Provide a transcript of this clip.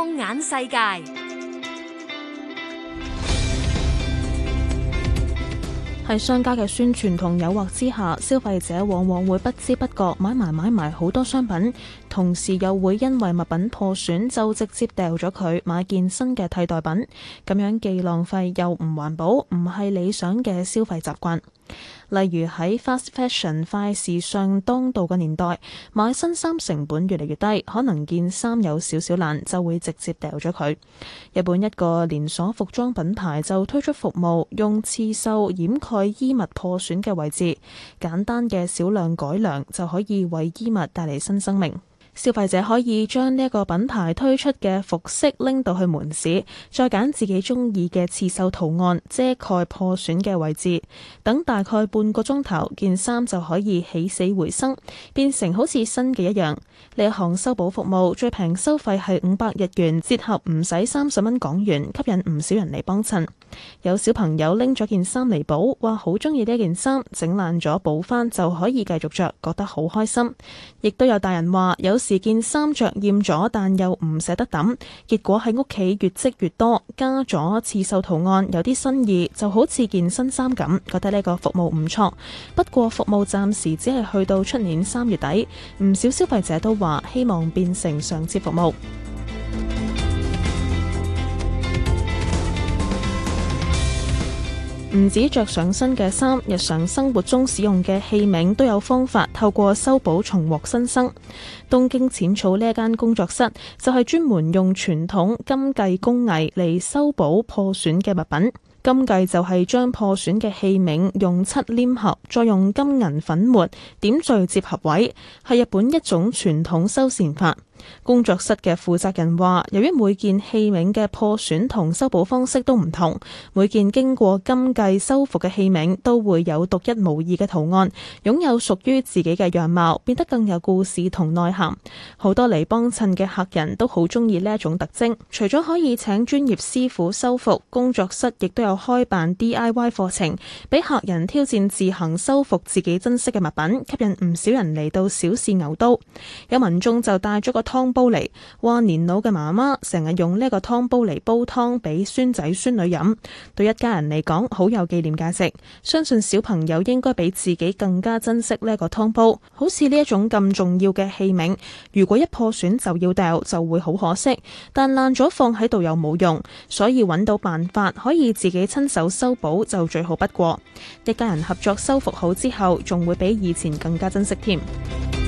放眼世界， 喺商家嘅宣傳同誘惑之下，消費者往往會不知不覺買埋好多商品，同時又會因為物品破損就直接掉咗佢，買件新嘅替代品。咁樣既浪費又唔環保，唔係理想嘅消費習慣。例如喺 fast fashion 快時尚當道嘅年代，買新衫成本越嚟越低，可能件衫有少少爛就會直接掉咗佢。日本一個連鎖服裝品牌就推出服務，用刺繡掩蓋衣物破損嘅位置，簡單嘅少量改良就可以為衣物帶嚟新生命。消費者可以將呢一個品牌推出嘅服飾拎到去門市，再揀自己中意嘅刺繡圖案遮蓋破損嘅位置，等大概半個鐘頭，件衫就可以起死回生，變成好似新嘅一樣。呢一項修補服務最平收費係500日元，折合唔使30蚊港元，吸引唔少人嚟幫襯。有小朋友拎咗件衫嚟補，話好中意呢件衫，整爛咗補翻就可以繼續着，覺得好開心。亦都有大人話，有時件衫着厭咗，但又唔捨得抌，結果喺屋企越積越多，加咗刺繡圖案，有啲新意，就好似件新衫咁，覺得呢個服務唔錯。不過服務暫時只係去到出年3月底，唔少消費者都話希望變成常設服務。唔止着上身嘅衫，日常生活中使用嘅器皿都有方法透過修補重獲新生。東京淺草呢一間工作室就係專門用傳統金繼工藝嚟修補破損嘅物品。金繼就係將破損嘅器皿用漆黏合，再用金銀粉末點綴接合位，係日本一種傳統修繕法。工作室嘅負責人話，由於每件器皿嘅破損同修補方式都唔同，每件經過金繼修復嘅器皿都會有獨一無二嘅圖案，擁有屬於自己嘅樣貌，變得更有故事同內涵。好多嚟幫襯嘅客人都好中意呢一種特徵。除咗可以請專業師傅修復，工作室亦都有開辦 DIY 課程，俾客人挑戰自行修復自己珍惜嘅物品，吸引唔少人嚟到小試牛刀。有民眾就帶咗個湯煲嚟，話年老嘅媽媽成日用呢個湯煲嚟煲湯俾孫仔孫女飲，對一家人嚟講好有紀念價值。相信小朋友應該比自己更加珍惜呢個湯煲。好似呢一種咁重要嘅器皿，如果一破損就要掉，就會好可惜，但爛咗放喺度又冇用，所以揾到辦法可以自己親手修補就最好不過。一家人合作修復好之後，仲會比以前更加珍惜添。